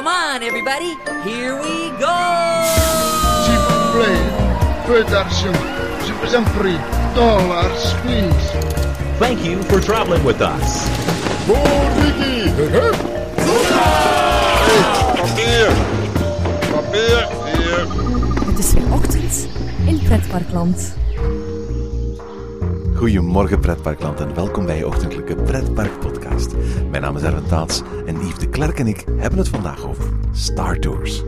Come on, everybody. Here we go. S'il vous plaît, peu d'argent. Je vous en prie. Dollars, please. Thank you for traveling with us. Ricky! Papier! Papier, hier. Het is weer ochtend in Pretparkland. Goedemorgen Pretparkland en welkom bij je ochtendelijke Pretpark podcast. Mijn naam is Erwin Taats en Yves de Klerk en ik hebben het vandaag over Star Tours.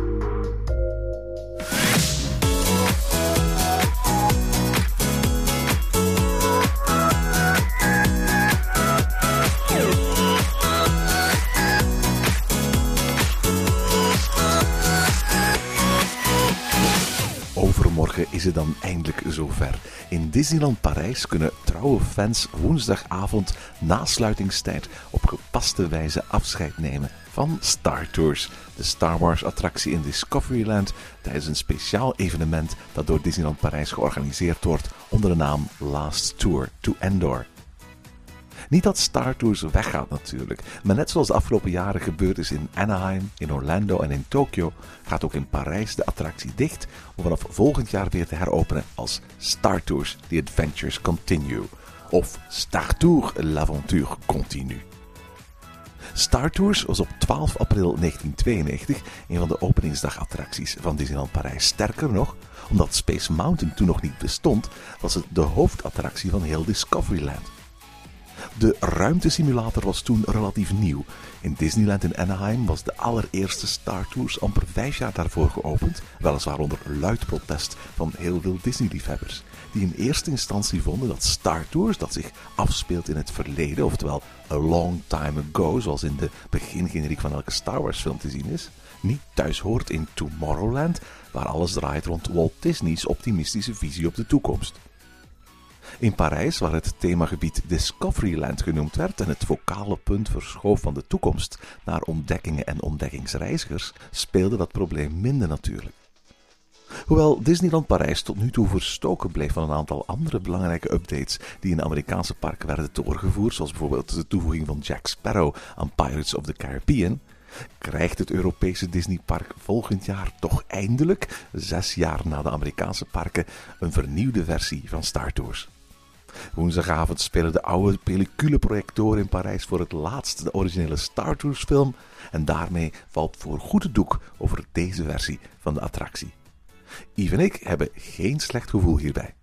Overmorgen is het dan eindelijk zover. In Disneyland Parijs kunnen trouwe fans woensdagavond na sluitingstijd op gepaste wijze afscheid nemen van Star Tours, de Star Wars attractie in Discoveryland, tijdens een speciaal evenement dat door Disneyland Parijs georganiseerd wordt onder de naam Last Tour to Endor. Niet dat Star Tours weggaat natuurlijk, maar net zoals de afgelopen jaren gebeurd is in Anaheim, in Orlando en in Tokio, gaat ook in Parijs de attractie dicht om vanaf volgend jaar weer te heropenen als Star Tours The Adventures Continue of Star Tours L'Aventure Continue. Star Tours was op 12 april 1992 een van de openingsdagattracties van Disneyland Parijs. Sterker nog, omdat Space Mountain toen nog niet bestond, was het de hoofdattractie van heel Discoveryland. De ruimtesimulator was toen relatief nieuw. In Disneyland in Anaheim was de allereerste Star Tours amper 5 jaar daarvoor geopend, weliswaar onder luid protest van heel veel Disney-liefhebbers, die in eerste instantie vonden dat Star Tours, dat zich afspeelt in het verleden, oftewel a long time ago, zoals in de begingeneriek van elke Star Wars film te zien is, niet thuis hoort in Tomorrowland, waar alles draait rond Walt Disney's optimistische visie op de toekomst. In Parijs, waar het themagebied Discoveryland genoemd werd en het focale punt verschoof van de toekomst naar ontdekkingen en ontdekkingsreizigers, speelde dat probleem minder natuurlijk. Hoewel Disneyland Parijs tot nu toe verstoken bleef van een aantal andere belangrijke updates die in Amerikaanse parken werden doorgevoerd, zoals bijvoorbeeld de toevoeging van Jack Sparrow aan Pirates of the Caribbean, krijgt het Europese Disneypark volgend jaar toch eindelijk, 6 jaar na de Amerikaanse parken, een vernieuwde versie van Star Tours. Woensdagavond spelen de oude pelliculeprojectoren in Parijs voor het laatst de originele Star Tours film en daarmee valt voor goed het doek over deze versie van de attractie. Yves en ik hebben geen slecht gevoel hierbij.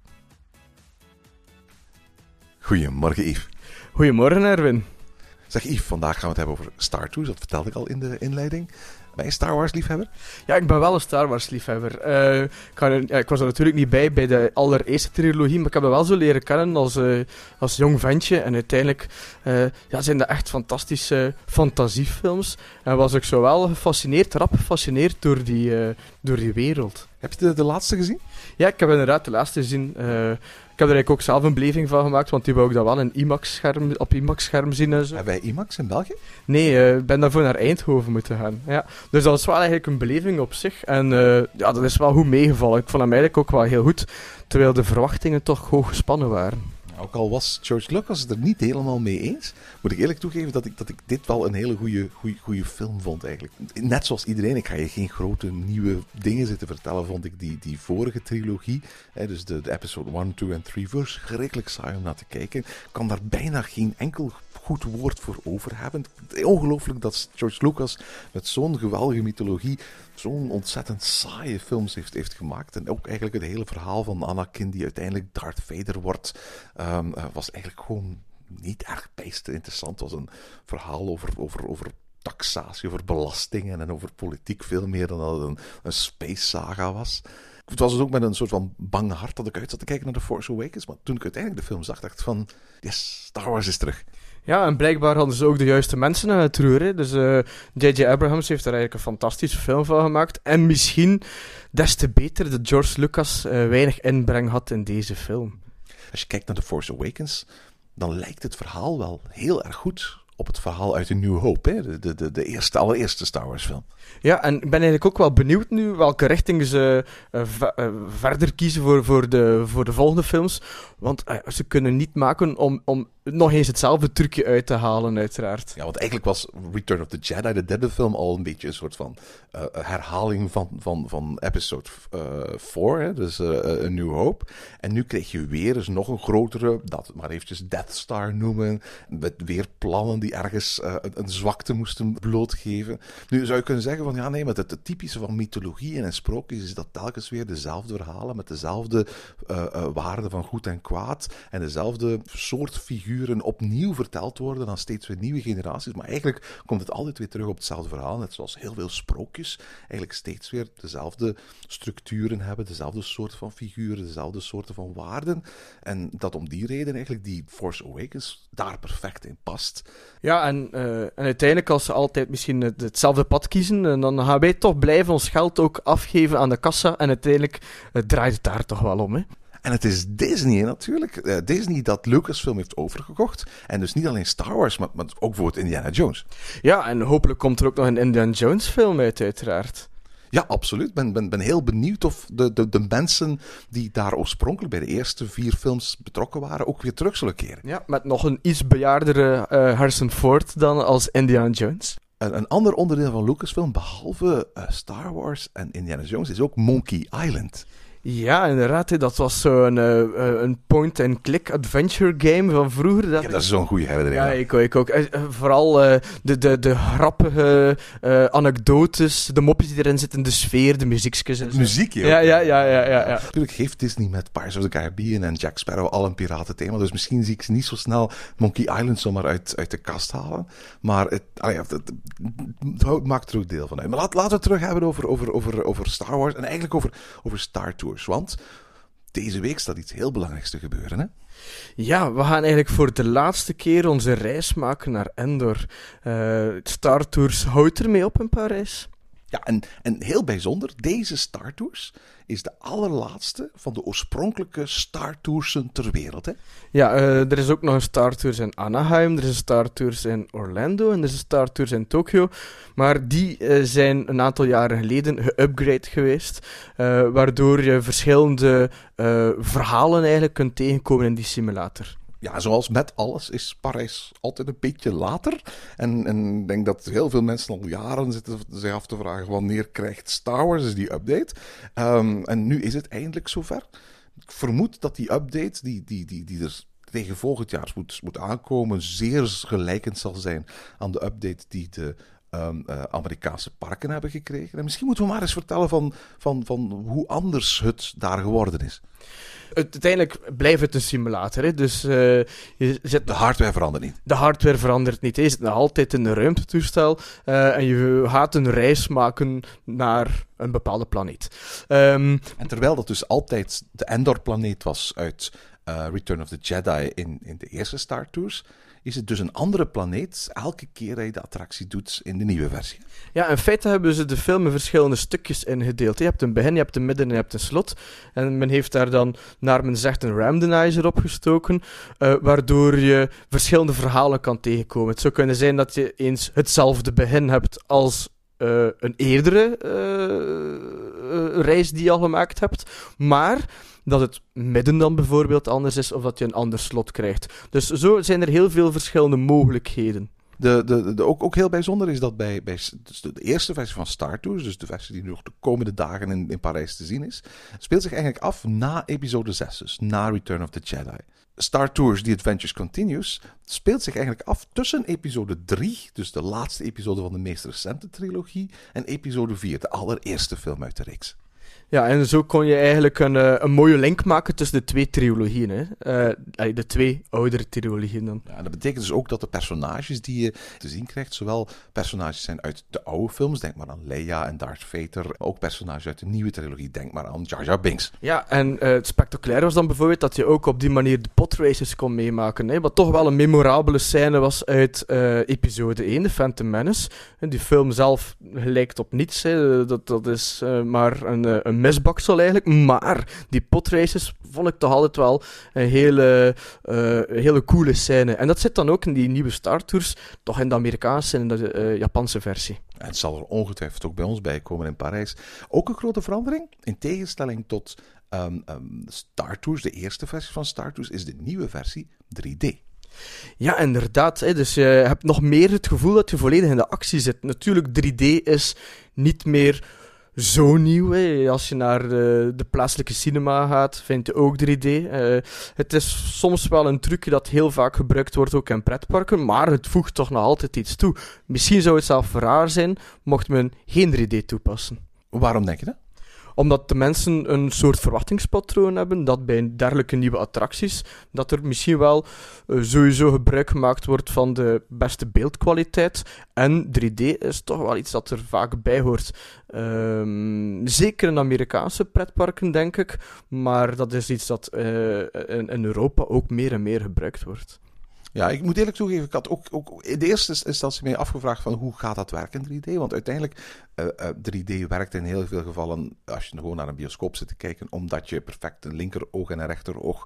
Goedemorgen Yves. Goedemorgen Erwin. Zeg Yves, vandaag gaan we het hebben over Star Tours, dat vertelde ik al in de inleiding. Ben je Star Wars liefhebber? Ja, ik ben wel een Star Wars liefhebber. Ik was er natuurlijk niet bij de allereerste trilogie, maar ik heb dat wel zo leren kennen als jong ventje. En uiteindelijk zijn dat echt fantastische fantasiefilms. En was ik zo wel rap gefascineerd door die wereld. Heb je de laatste gezien? Ja, ik heb inderdaad de laatste gezien. Ik heb er eigenlijk ook zelf een beleving van gemaakt, want die wou ik dan wel op IMAX-scherm zien en zo. Hebben wij IMAX in België? Nee, ik ben daarvoor naar Eindhoven moeten gaan. Ja. Dus dat was wel eigenlijk een beleving op zich. En dat is wel goed meegevallen. Ik vond hem eigenlijk ook wel heel goed, terwijl de verwachtingen toch hoog gespannen waren. Ook al was George Lucas het er niet helemaal mee eens, moet ik eerlijk toegeven dat ik dit wel een hele goede film vond eigenlijk. Net zoals iedereen, ik ga je geen grote nieuwe dingen zitten vertellen, vond ik die vorige trilogie, dus de episode 1, 2 en 3, verschrikkelijk saai om naar te kijken. Ik kan daar bijna geen enkel goed woord voor over hebben. Ongelooflijk dat George Lucas met zo'n geweldige mythologie zo'n ontzettend saaie films heeft gemaakt. En ook eigenlijk het hele verhaal van Anakin, die uiteindelijk Darth Vader wordt, was eigenlijk gewoon niet erg bijster interessant. Het was een verhaal over taxatie, over belastingen en over politiek veel meer dan dat het een space saga was. Het was dus ook met een soort van bang hart dat ik uit zat te kijken naar The Force Awakens. Maar toen ik uiteindelijk de film zag, dacht ik van, yes, Star Wars is terug. Ja, en blijkbaar hadden ze ook de juiste mensen aan het roer. Dus J.J. Abrams heeft er eigenlijk een fantastische film van gemaakt. En misschien des te beter dat George Lucas weinig inbreng had in deze film. Als je kijkt naar The Force Awakens, dan lijkt het verhaal wel heel erg goed op het verhaal uit A New Hope, hè? De allereerste Star Wars film. Ja, en ik ben eigenlijk ook wel benieuwd nu welke richting ze verder kiezen voor de volgende films. Want ze kunnen niet maken om nog eens hetzelfde trucje uit te halen, uiteraard. Ja, want eigenlijk was Return of the Jedi, de derde film, al een beetje een soort van herhaling van episode 4, hè? Dus A New Hope. En nu kreeg je weer eens nog een grotere, dat maar eventjes Death Star noemen, met weer plannen die ergens een zwakte moesten blootgeven. Nu zou je kunnen zeggen van, ja nee, maar het typische van mythologieën en sprookjes is dat telkens weer dezelfde verhalen met dezelfde waarden van goed en kwaad en dezelfde soort figuren opnieuw verteld worden aan steeds weer nieuwe generaties. Maar eigenlijk komt het altijd weer terug op hetzelfde verhaal, net zoals heel veel sprookjes eigenlijk steeds weer dezelfde structuren hebben, dezelfde soort van figuren, dezelfde soorten van waarden. En dat om die reden eigenlijk die Force Awakens daar perfect in past. Ja, en uiteindelijk als ze altijd misschien hetzelfde pad kiezen, dan gaan wij toch blijven ons geld ook afgeven aan de kassa en uiteindelijk draait het daar toch wel om, hè? En het is Disney natuurlijk. Disney dat Lucasfilm heeft overgekocht. En dus niet alleen Star Wars, maar ook bijvoorbeeld Indiana Jones. Ja, en hopelijk komt er ook nog een Indiana Jones film uit, uiteraard. Ja, absoluut. Ben heel benieuwd of de mensen die daar oorspronkelijk bij de eerste 4 films betrokken waren, ook weer terug zullen keren. Ja, met nog een iets bejaardere Harrison Ford dan als Indiana Jones. Een ander onderdeel van Lucasfilm, behalve Star Wars en Indiana Jones, is ook Monkey Island. Ja, inderdaad. Dat was zo'n een point-and-click adventure game van vroeger. Dat is zo'n goede herinnering. Ja, ik ook. Vooral de grappige anekdotes, de mopjes die erin zitten, de sfeer, de muziekjes. Het muziekje. Ja. Natuurlijk heeft Disney met Pirates of the Caribbean en Jack Sparrow al een piratenthema, dus misschien zie ik ze niet zo snel Monkey Island zomaar uit de kast halen. Maar het maakt er ook deel van uit. Maar laten we het terug hebben over Star Wars en eigenlijk over Star Tours. Want deze week staat iets heel belangrijks te gebeuren, hè? Ja, we gaan eigenlijk voor de laatste keer onze reis maken naar Endor. Star Tours houdt ermee op in Parijs. Ja, en heel bijzonder, deze Star Tours is de allerlaatste van de oorspronkelijke Star Toursen ter wereld, hè? Ja, er is ook nog een Star Tours in Anaheim, er is een Star Tours in Orlando en er is een Star Tours in Tokyo. Maar die zijn een aantal jaren geleden geupgrade geweest, waardoor je verschillende verhalen eigenlijk kunt tegenkomen in die simulator. Ja, zoals met alles is Parijs altijd een beetje later. En ik denk dat heel veel mensen al jaren zitten zich af te vragen wanneer krijgt Star Wars dus die update. En nu is het eindelijk zover. Ik vermoed dat die update die er tegen volgend jaar moet aankomen zeer gelijkend zal zijn aan de update die de Amerikaanse parken hebben gekregen. En misschien moeten we maar eens vertellen van hoe anders het daar geworden is. Uiteindelijk blijft het een simulator. Hè? Dus, de hardware verandert niet. De hardware verandert niet. Hè? Je zit nog altijd in een ruimtetoestel en je gaat een reis maken naar een bepaalde planeet. En terwijl dat dus altijd de Endor-planeet was uit Return of the Jedi in de eerste Star Tours, is het dus een andere planeet elke keer dat je de attractie doet in de nieuwe versie. Ja, in feite hebben ze de film in verschillende stukjes ingedeeld. Je hebt een begin, je hebt een midden en je hebt een slot. En men heeft daar dan, naar men zegt, een randomizer opgestoken, waardoor je verschillende verhalen kan tegenkomen. Het zou kunnen zijn dat je eens hetzelfde begin hebt als een eerdere reis die je al gemaakt hebt, maar dat het midden dan bijvoorbeeld anders is, of dat je een ander slot krijgt. Dus zo zijn er heel veel verschillende mogelijkheden. Ook heel bijzonder is dat bij dus de eerste versie van Star Tours, dus de versie die nog de komende dagen in Parijs te zien is, speelt zich eigenlijk af na episode 6, dus na Return of the Jedi. Star Tours The Adventures Continues speelt zich eigenlijk af tussen episode 3, dus de laatste episode van de meest recente trilogie, en episode 4, de allereerste film uit de reeks. Ja, en zo kon je eigenlijk een mooie link maken tussen de twee trilogieën. Hè? De twee oudere trilogieën dan. Ja, dat betekent dus ook dat de personages die je te zien krijgt, zowel personages zijn uit de oude films, denk maar aan Leia en Darth Vader, ook personages uit de nieuwe trilogie, denk maar aan Jar Jar Binks. Ja, en het spectaculair was dan bijvoorbeeld dat je ook op die manier de podraces kon meemaken. Hè? Wat toch wel een memorabele scène was uit episode 1, The Phantom Menace. Die film zelf lijkt op niets. Hè? Dat is maar een misbaksel eigenlijk. Maar die potraces vond ik toch altijd wel een hele coole scène. En dat zit dan ook in die nieuwe Star Tours, toch in de Amerikaanse en de Japanse versie. En het zal er ongetwijfeld ook bij ons bij komen in Parijs. Ook een grote verandering, in tegenstelling tot Star Tours, de eerste versie van Star Tours, is de nieuwe versie 3D. Ja, inderdaad. Dus je hebt nog meer het gevoel dat je volledig in de actie zit. Natuurlijk, 3D is niet meer zo nieuw. Als je naar de plaatselijke cinema gaat, vind je ook 3D. Het is soms wel een trucje dat heel vaak gebruikt wordt, ook in pretparken, maar het voegt toch nog altijd iets toe. Misschien zou het zelf raar zijn, mocht men geen 3D toepassen. Waarom denk je dat? Omdat de mensen een soort verwachtingspatroon hebben dat bij dergelijke nieuwe attracties, dat er misschien wel sowieso gebruik gemaakt wordt van de beste beeldkwaliteit. En 3D is toch wel iets dat er vaak bij hoort. Zeker in Amerikaanse pretparken, denk ik. Maar dat is iets dat in Europa ook meer en meer gebruikt wordt. Ja, ik moet eerlijk toegeven, ik had ook in de eerste instantie mij afgevraagd van hoe gaat dat werken in 3D? Want uiteindelijk, 3D werkt in heel veel gevallen als je gewoon naar een bioscoop zit te kijken, omdat je perfect een linkeroog en een rechteroog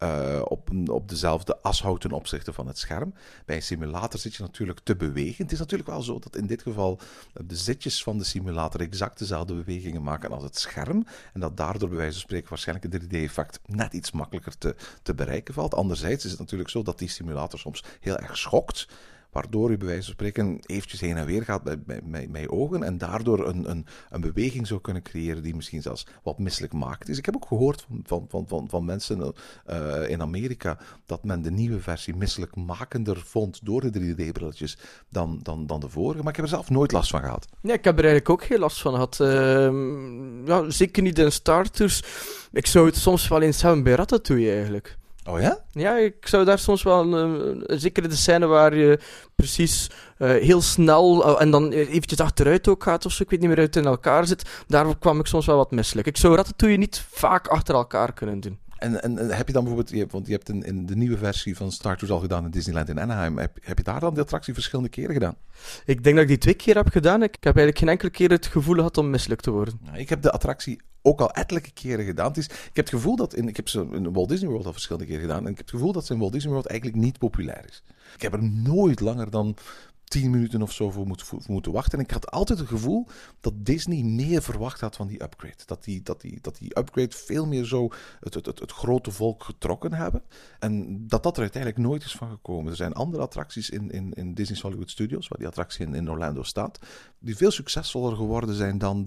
op dezelfde as houdt ten opzichte van het scherm. Bij een simulator zit je natuurlijk te bewegen. Het is natuurlijk wel zo dat in dit geval de zitjes van de simulator exact dezelfde bewegingen maken als het scherm. En dat daardoor bij wijze van spreken waarschijnlijk een 3D-effect net iets makkelijker te bereiken valt. Anderzijds is het natuurlijk zo dat die simulator soms heel erg schokt, waardoor je bij wijze van spreken eventjes heen en weer gaat bij je ogen en daardoor een beweging zou kunnen creëren die misschien zelfs wat misselijk maakt. Dus ik heb ook gehoord van mensen in Amerika dat men de nieuwe versie misselijkmakender vond door de 3D-brilletjes dan de vorige, maar ik heb er zelf nooit last van gehad. Ja, ik heb er eigenlijk ook geen last van gehad. Ja, zeker niet in Star Tours. Ik zou het soms wel eens hebben bij Ratatouille eigenlijk. Oh ja? Ja, ik zou daar soms wel, zeker in de scène waar je precies heel snel en dan eventjes achteruit ook gaat of zo, ik weet niet meer uit in elkaar zit, daar kwam ik soms wel wat misselijk. Ik zou Ratatouille niet vaak achter elkaar kunnen doen. En heb je dan bijvoorbeeld, want je hebt in de nieuwe versie van Star Tours al gedaan in Disneyland in Anaheim, heb je daar dan de attractie verschillende keren gedaan? Ik denk dat ik die 2 keer heb gedaan. Ik heb eigenlijk geen enkele keer het gevoel gehad om misselijk te worden. Nou, ik heb de attractie ook al ettelijke keren gedaan. Ik heb het gevoel dat ik heb ze in Walt Disney World al verschillende keren gedaan en ik heb het gevoel dat ze in Walt Disney World eigenlijk niet populair is. Ik heb er nooit langer dan 10 minuten of zo voor moeten wachten. En ik had altijd het gevoel dat Disney meer verwacht had van die upgrade. Dat die upgrade veel meer zo het grote volk getrokken hebben. En dat er uiteindelijk nooit is van gekomen. Er zijn andere attracties in Disney's Hollywood Studios, waar die attractie in Orlando staat, die veel succesvoller geworden zijn dan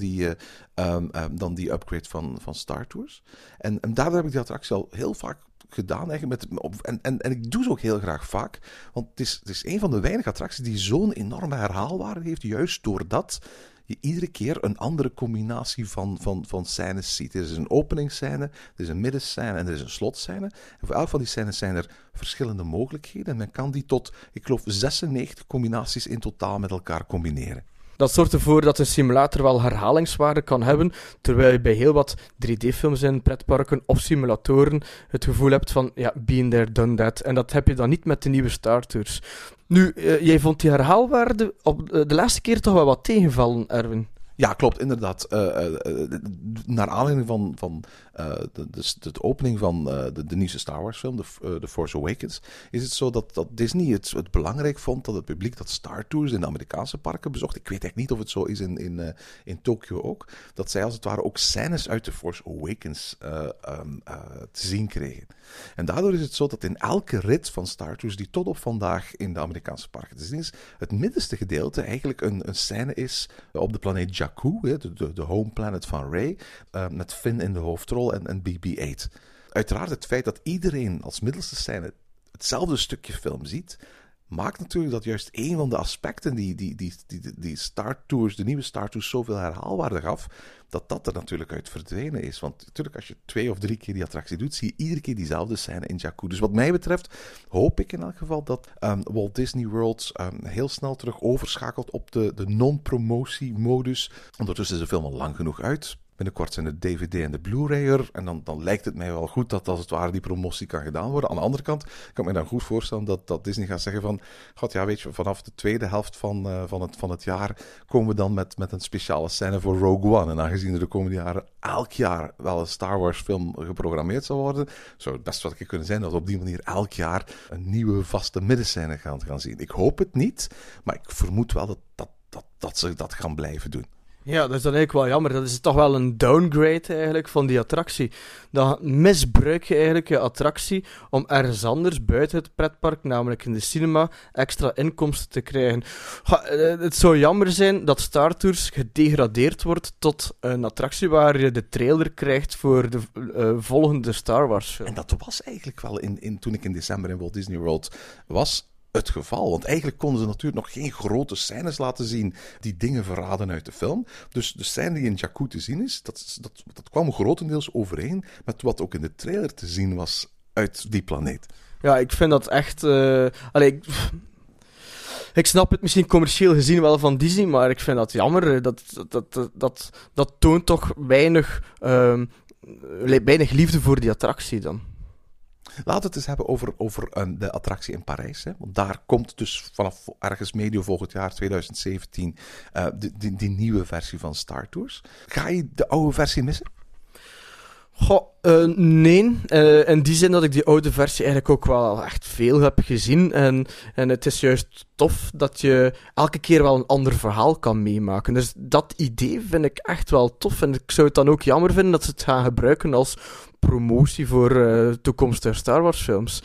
die upgrade van Star Tours. En daardoor heb ik die attractie al heel vaak gedaan eigenlijk en ik doe ze ook heel graag vaak, want het is een van de weinige attracties die zo'n enorme herhaalwaarde heeft, juist doordat je iedere keer een andere combinatie van scènes ziet. Er is een openingsscène, er is een middenscène en er is een slotscène. En voor elk van die scènes zijn er verschillende mogelijkheden en men kan die tot, ik geloof, 96 combinaties in totaal met elkaar combineren. Dat zorgt ervoor dat een simulator wel herhalingswaarde kan hebben, terwijl je bij heel wat 3D-films in pretparken of simulatoren het gevoel hebt van, ja, been there, done that. En dat heb je dan niet met de nieuwe Star Tours. Nu, jij vond die herhaalwaarde op de laatste keer toch wel wat tegenvallen, Erwin? Ja, klopt, inderdaad. Naar aanleiding van de opening van de nieuwste Star Wars film, The Force Awakens, is het zo dat Disney het belangrijk vond dat het publiek dat Star Tours in de Amerikaanse parken bezocht. Ik weet echt niet of het zo is in Tokio ook. Dat zij als het ware ook scènes uit The Force Awakens te zien kregen. En daardoor is het zo dat in elke rit van Star Tours die tot op vandaag in de Amerikaanse parken te zien is, het middenste gedeelte eigenlijk een scène is op de planeet Jakku, de home planet van Rey, met Finn in de hoofdrol en BB-8. Uiteraard het feit dat iedereen als middelste scène hetzelfde stukje film ziet, maakt natuurlijk dat juist een van de aspecten die Star Tours, de nieuwe Star Tours, zoveel herhaalwaarde gaf, dat er natuurlijk uit verdwenen is. Want natuurlijk, als je 2 of 3 keer die attractie doet, zie je iedere keer diezelfde scène in Jakku. Dus wat mij betreft hoop ik in elk geval dat Walt Disney World heel snel terug overschakelt op de non-promotie-modus. Ondertussen is de film al lang genoeg uit. Binnenkort zijn de DVD en de Blu-ray er. En dan lijkt het mij wel goed dat als het ware die promotie kan gedaan worden. Aan de andere kant kan ik me dan goed voorstellen dat Disney gaat zeggen van... God, ja, weet je, vanaf de tweede helft van het jaar komen we dan met een speciale scène voor Rogue One. En aangezien er de komende jaren elk jaar wel een Star Wars film geprogrammeerd zal worden, zou het best wel een keer kunnen zijn dat we op die manier elk jaar een nieuwe vaste middenscène gaan zien. Ik hoop het niet, maar ik vermoed wel dat ze dat gaan blijven doen. Ja, dat is dan eigenlijk wel jammer. Dat is toch wel een downgrade eigenlijk van die attractie. Dan misbruik je eigenlijk je attractie om ergens anders buiten het pretpark, namelijk in de cinema, extra inkomsten te krijgen. Het zou jammer zijn dat Star Tours gedegradeerd wordt tot een attractie waar je de trailer krijgt voor de volgende Star Wars film. En dat was eigenlijk wel toen ik in december in Walt Disney World was... het geval. Want eigenlijk konden ze natuurlijk nog geen grote scènes laten zien die dingen verraden uit de film. Dus de scène die in Jakku te zien is, dat kwam grotendeels overeen met wat ook in de trailer te zien was uit die planeet. Ja, ik vind dat echt... Ik snap het misschien commercieel gezien wel van Disney, maar ik vind dat jammer. Dat toont toch weinig liefde voor die attractie dan. Laten we het eens hebben over de attractie in Parijs. Hè? Want daar komt dus vanaf ergens medio volgend jaar, 2017, die nieuwe versie van Star Tours. Ga je de oude versie missen? Nee. In die zin dat ik die oude versie eigenlijk ook wel echt veel heb gezien. En het is juist tof dat je elke keer wel een ander verhaal kan meemaken. Dus dat idee vind ik echt wel tof. En ik zou het dan ook jammer vinden dat ze het gaan gebruiken als promotie voor toekomstige Star Wars films.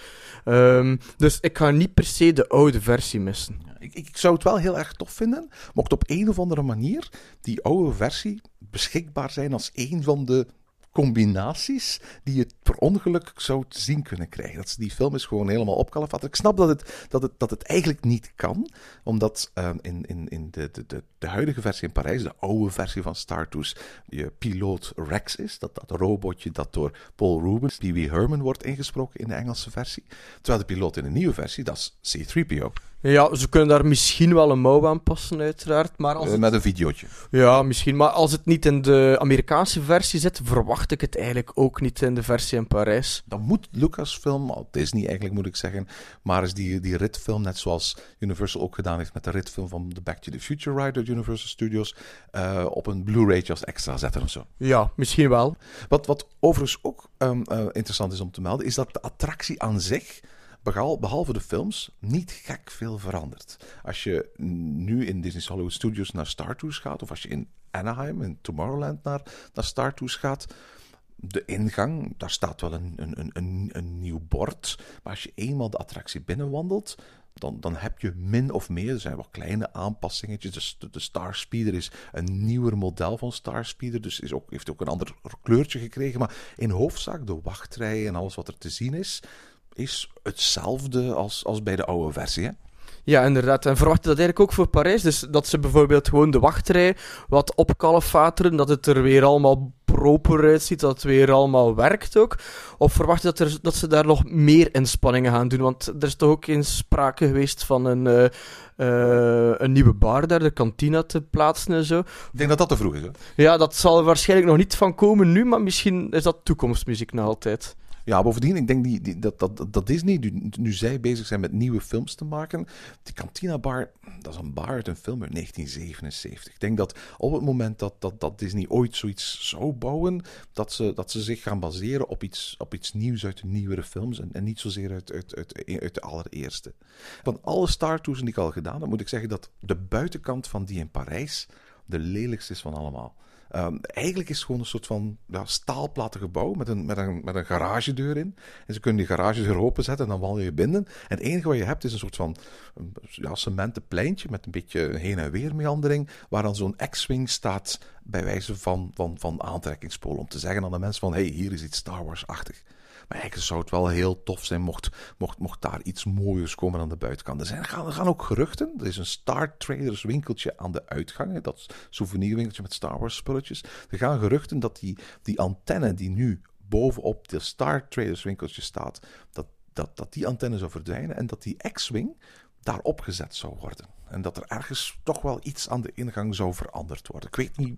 Dus ik ga niet per se de oude versie missen. Ik zou het wel heel erg tof vinden, mocht op een of andere manier die oude versie beschikbaar zijn als een van de combinaties die je per ongeluk zou te zien kunnen krijgen. Dat ze die film is gewoon helemaal opkalefatten. Ik snap dat het eigenlijk niet kan, omdat in de huidige versie in Parijs, de oude versie van Star Tours, je piloot Rex is, dat robotje dat door Paul Rubens, Pee Wee Herman wordt ingesproken in de Engelse versie. Terwijl de piloot in de nieuwe versie, dat is C-3PO. Ja, ze kunnen daar misschien wel een mouw aan passen, uiteraard. Maar als met een videootje. Ja, misschien. Maar als het niet in de Amerikaanse versie zit, verwacht ik het eigenlijk ook niet in de versie in Parijs. Dan moet Lucasfilm, Disney eigenlijk moet ik zeggen, maar is die ritfilm, net zoals Universal ook gedaan heeft met de ritfilm van The Back to the Future Ride uit Universal Studios, op een Blu-raytje als extra zetten of zo. Ja, misschien wel. Wat overigens ook interessant is om te melden, is dat de attractie aan zich, behalve de films, niet gek veel verandert. Als je nu in Disney's Hollywood Studios naar Star Tours gaat, of als je in Anaheim, in Tomorrowland naar Star Tours gaat, de ingang, daar staat wel een nieuw bord. Maar als je eenmaal de attractie binnenwandelt, dan heb je min of meer, er zijn wel kleine aanpassingetjes. Dus de Starspeeder is een nieuwer model van Starspeeder, dus heeft ook een ander kleurtje gekregen. Maar in hoofdzaak, de wachtrij en alles wat er te zien is hetzelfde als bij de oude versie, hè? Ja, inderdaad. En verwacht je dat eigenlijk ook voor Parijs? Dus dat ze bijvoorbeeld gewoon de wachtrij wat opkalefateren, dat het er weer allemaal proper uitziet, dat het weer allemaal werkt ook? Of verwacht je dat ze daar nog meer inspanningen gaan doen? Want er is toch ook eens sprake geweest van een nieuwe bar daar, de kantina te plaatsen en zo. Ik denk dat dat te vroeg is, hè? Ja, dat zal er waarschijnlijk nog niet van komen nu, maar misschien is dat toekomstmuziek nog altijd. Ja, bovendien, ik denk dat Disney, nu zij bezig zijn met nieuwe films te maken, die Cantina Bar, dat is een bar uit een film uit 1977. Ik denk dat op het moment dat Disney ooit zoiets zou bouwen, dat ze zich gaan baseren op iets nieuws uit de nieuwere films en niet zozeer uit de allereerste. Van alle Star Tours die ik al gedaan heb, moet ik zeggen dat de buitenkant van die in Parijs de lelijkste is van allemaal. Eigenlijk is het gewoon een soort van staalplaten gebouw met een garagedeur in. En ze kunnen die garagedeur openzetten en dan wandel je binnen. En het enige wat je hebt is een soort van cementen pleintje met een beetje heen en weer meandering, waar dan zo'n X-Wing staat bij wijze van aantrekkingspool. Om te zeggen aan de mensen van, hey, hier is iets Star Wars-achtig. Maar eigenlijk zou het wel heel tof zijn mocht daar iets mooiers komen aan de buitenkant. Er gaan ook geruchten. Er is een Star Traders winkeltje aan de uitgang. Dat souvenirwinkeltje met Star Wars spulletjes. Er gaan geruchten dat die antenne die nu bovenop de Star Traders winkeltje staat, dat die antenne zou verdwijnen en dat die X-Wing daar opgezet zou worden. En dat er ergens toch wel iets aan de ingang zou veranderd worden. Ik weet niet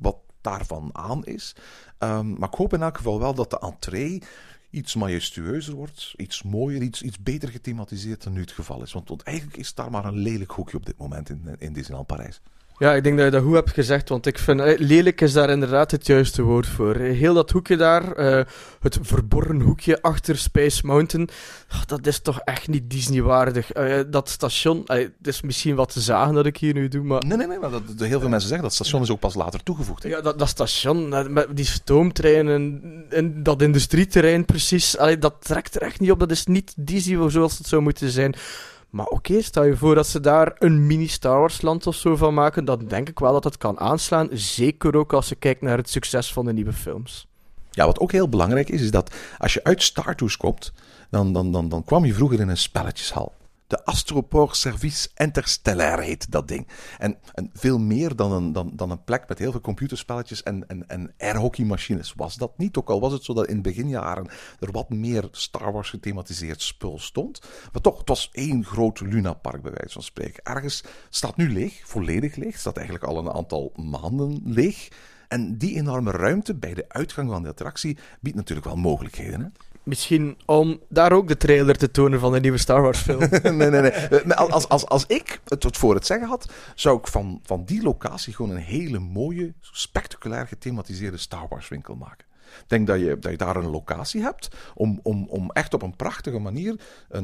daarvan aan is. Maar ik hoop in elk geval wel dat de entree iets majestueuzer wordt, iets mooier, iets beter gethematiseerd dan nu het geval is. Want eigenlijk is daar maar een lelijk hoekje op dit moment in Disneyland Parijs. Ja, ik denk dat je dat goed hebt gezegd, want ik vind lelijk is daar inderdaad het juiste woord voor. Heel dat hoekje daar, het verborgen hoekje achter Space Mountain, dat is toch echt niet Disney-waardig. Dat station, het is misschien wat te zagen dat ik hier nu doe, maar... Nee, maar heel veel mensen zeggen dat station is ook pas later toegevoegd. Hè? Ja, dat station, met die stoomtreinen en dat industrieterrein precies, dat trekt er echt niet op. Dat is niet Disney zoals het zou moeten zijn. Maar oké, stel je voor dat ze daar een mini-Star Wars land of zo van maken, dan denk ik wel dat het kan aanslaan. Zeker ook als je kijkt naar het succes van de nieuwe films. Ja, wat ook heel belangrijk is dat als je uit Star Tours komt, dan kwam je vroeger in een spelletjeshal. De Astroport Service Interstellaire heet dat ding. En veel meer dan een plek met heel veel computerspelletjes en airhockeymachines was dat niet. Ook al was het zo dat in beginjaren er wat meer Star Wars gethematiseerd spul stond. Maar toch, het was één groot lunapark bij wijze van spreken. Ergens staat nu leeg, volledig leeg. Staat eigenlijk al een aantal maanden leeg. En die enorme ruimte bij de uitgang van de attractie biedt natuurlijk wel mogelijkheden, hè? Misschien om daar ook de trailer te tonen van de nieuwe Star Wars film. Nee. Als ik het voor het zeggen had, zou ik van die locatie gewoon een hele mooie, spectaculair gethematiseerde Star Wars winkel maken. Ik denk dat je daar een locatie hebt om echt op een prachtige manier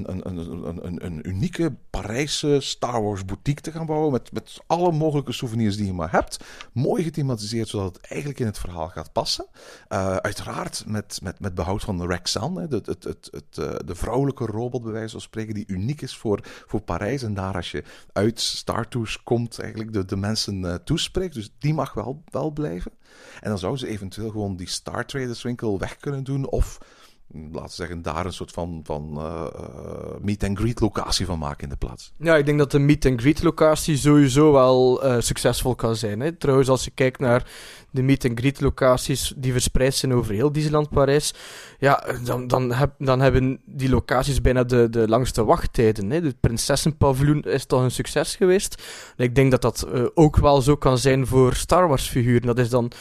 een unieke Parijse Star Wars boutique te gaan bouwen met alle mogelijke souvenirs die je maar hebt. Mooi gethematiseerd, zodat het eigenlijk in het verhaal gaat passen. Uiteraard met behoud van Rexan, de vrouwelijke robot bij wijze van spreken, die uniek is voor Parijs. En daar als je uit Star Tours komt, eigenlijk de mensen toespreekt. Dus die mag wel blijven. En dan zouden ze eventueel gewoon die Star Traders winkel weg kunnen doen. Of, laten we zeggen, daar een soort van meet-and-greet locatie van maken in de plaats. Ja, ik denk dat de meet-and-greet locatie sowieso wel succesvol kan zijn. Hè. Trouwens, als je kijkt naar de meet-and-greet locaties die verspreid zijn over heel Disneyland Parijs, ja, dan hebben die locaties bijna de langste wachttijden. Hè. De Prinsessenpaviljoen is toch een succes geweest. En ik denk dat dat ook wel zo kan zijn voor Star Wars figuren. Dat is dan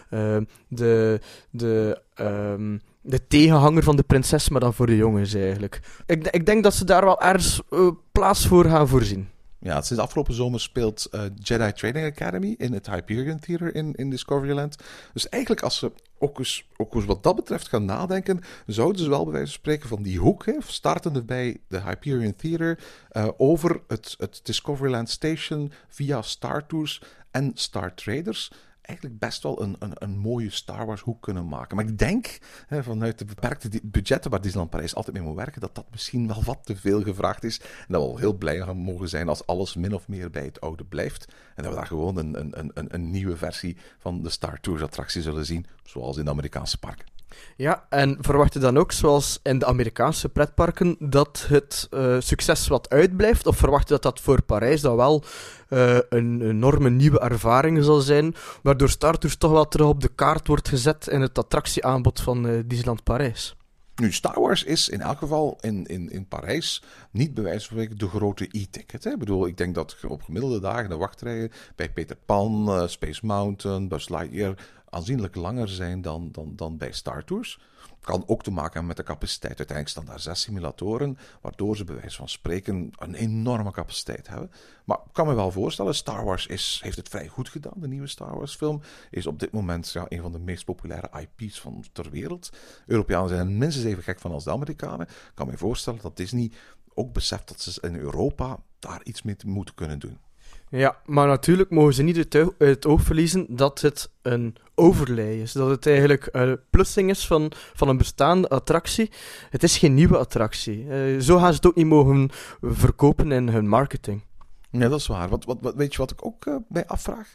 de tegenhanger van de prinses, maar dan voor de jongens eigenlijk. Ik denk dat ze daar wel ergens plaats voor gaan voorzien. Ja, sinds afgelopen zomer speelt Jedi Training Academy in het Hyperion Theater in Discoveryland. Dus eigenlijk als ze ook eens wat dat betreft gaan nadenken, zouden ze wel bij wijze van spreken van die hoek, startende bij de Hyperion Theater, over het Discoveryland Station via Star Tours en Star Traders eigenlijk best wel een mooie Star Wars hoek kunnen maken. Maar ik denk, vanuit de beperkte budgetten waar Disneyland Parijs altijd mee moet werken, dat misschien wel wat te veel gevraagd is. En dat we wel heel blij gaan mogen zijn als alles min of meer bij het oude blijft. En dat we daar gewoon een nieuwe versie van de Star Tours attractie zullen zien, zoals in de Amerikaanse parken. Ja, en verwacht je dan ook, zoals in de Amerikaanse pretparken, dat het succes wat uitblijft? Of verwacht je dat voor Parijs dan wel een enorme nieuwe ervaring zal zijn, waardoor Star Tours toch wel terug op de kaart wordt gezet in het attractieaanbod van Disneyland Parijs? Nu, Star Wars is in elk geval in Parijs niet bij wijze van spreken de grote e-ticket. Hè? Ik bedoel, ik denk dat op gemiddelde dagen de wachtrijen bij Peter Pan, Space Mountain, Buzz Lightyear aanzienlijk langer zijn dan bij Star Tours. Kan ook te maken hebben met de capaciteit. Uiteindelijk staan daar 6 simulatoren, waardoor ze bij wijze van spreken een enorme capaciteit hebben. Maar ik kan me wel voorstellen, Star Wars heeft het vrij goed gedaan. De nieuwe Star Wars film is op dit moment een van de meest populaire IP's van ter wereld. Europeanen zijn er minstens even gek van als de Amerikanen. Ik kan me voorstellen dat Disney ook beseft dat ze in Europa daar iets mee moeten kunnen doen. Ja, maar natuurlijk mogen ze niet uit het oog verliezen dat het een overlay is. Dat het eigenlijk een plussing is van een bestaande attractie. Het is geen nieuwe attractie. Zo gaan ze het ook niet mogen verkopen in hun marketing. Ja, dat is waar. Weet je wat ik ook mij afvraag?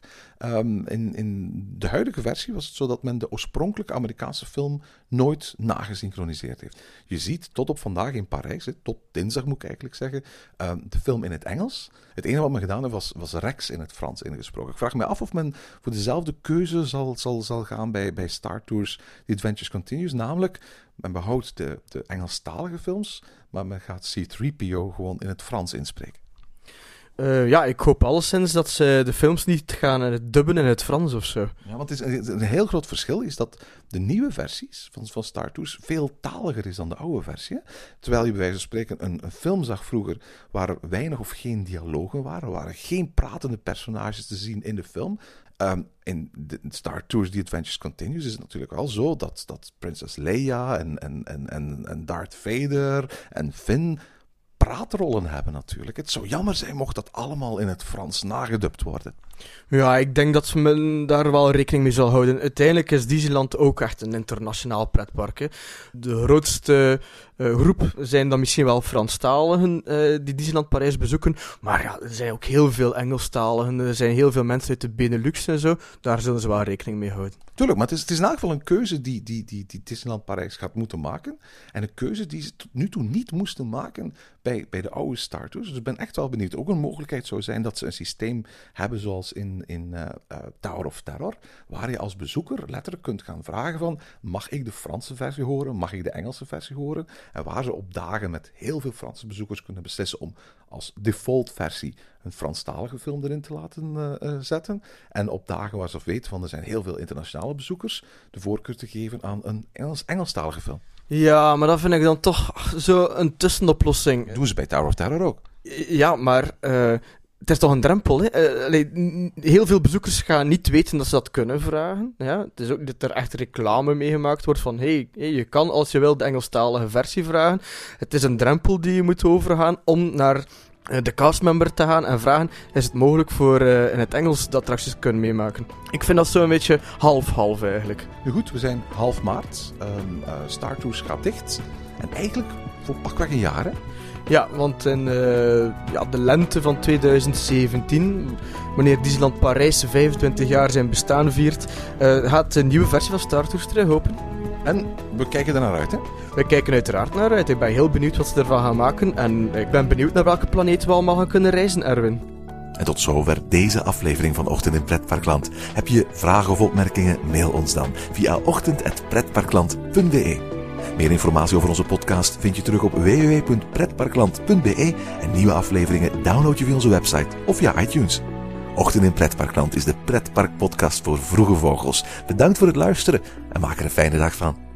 In de huidige versie was het zo dat men de oorspronkelijke Amerikaanse film nooit nagesynchroniseerd heeft. Je ziet tot op vandaag in Parijs, tot dinsdag moet ik eigenlijk zeggen, de film in het Engels. Het enige wat men gedaan heeft was Rex in het Frans ingesproken. Ik vraag me af of men voor dezelfde keuze zal gaan bij Star Tours The Adventures Continues. Namelijk, men behoudt de Engelstalige films, maar men gaat C-3PO gewoon in het Frans inspreken. Ik hoop alleszins dat ze de films niet gaan dubben in het Frans of zo. Ja, want het is een heel groot verschil is dat de nieuwe versies van Star Tours veel taliger is dan de oude versie. Hè? Terwijl je bij wijze van spreken een film zag vroeger waar er weinig of geen dialogen waren. Er waren geen pratende personages te zien in de film. In de Star Tours The Adventures Continues is het natuurlijk wel zo dat prinses Leia en Darth Vader en Finn praatrollen hebben natuurlijk. Het zou jammer zijn mocht dat allemaal in het Frans nagedubt worden. Ja, ik denk dat men daar wel rekening mee zal houden. Uiteindelijk is Disneyland ook echt een internationaal pretpark. Hè. De grootste groep zijn dan misschien wel Franstaligen die Disneyland Parijs bezoeken. Maar ja, er zijn ook heel veel Engelstaligen. Er zijn heel veel mensen uit de Benelux en zo. Daar zullen ze wel rekening mee houden. Tuurlijk, maar het is in elk geval een keuze die Disneyland Parijs gaat moeten maken. En een keuze die ze tot nu toe niet moesten maken bij de oude Star Tours. Dus ik ben echt wel benieuwd. Ook een mogelijkheid zou zijn dat ze een systeem hebben zoals in Tower of Terror, waar je als bezoeker letterlijk kunt gaan vragen van, mag ik de Franse versie horen? Mag ik de Engelse versie horen? En waar ze op dagen met heel veel Franse bezoekers kunnen beslissen om als default versie een Franstalige film erin te laten zetten. En op dagen waar ze weten van er zijn heel veel internationale bezoekers, de voorkeur te geven aan een Engelstalige film. Ja, maar dat vind ik dan toch zo een tussenoplossing. Dat doen ze bij Tower of Terror ook. Ja, maar het is toch een drempel, hè? Heel veel bezoekers gaan niet weten dat ze dat kunnen vragen. Ja? Het is ook dat er echt reclame mee gemaakt wordt van hey, je kan als je wil de Engelstalige versie vragen. Het is een drempel die je moet overgaan om naar de castmember te gaan en vragen, is het mogelijk voor in het Engels de attracties te kunnen meemaken. Ik vind dat zo een beetje half-half eigenlijk. Nu goed, we zijn half maart. Star Tours gaat dicht. En eigenlijk voor pakweg een jaar, hè? Ja, want in de lente van 2017, wanneer Disneyland Parijs 25 jaar zijn bestaan viert, gaat een nieuwe versie van Star Tours terug open. En we kijken er naar uit, hè? We kijken uiteraard naar uit. Ik ben heel benieuwd wat ze ervan gaan maken. En ik ben benieuwd naar welke planeet we allemaal gaan kunnen reizen, Erwin. En tot zover deze aflevering van Ochtend in Pretparkland. Heb je vragen of opmerkingen? Mail ons dan via ochtend@pretparkland.be. Meer informatie over onze podcast vind je terug op www.pretparkland.be en nieuwe afleveringen download je via onze website of via iTunes. Ochtend in Pretparkland is de pretparkpodcast voor vroege vogels. Bedankt voor het luisteren en maak er een fijne dag van.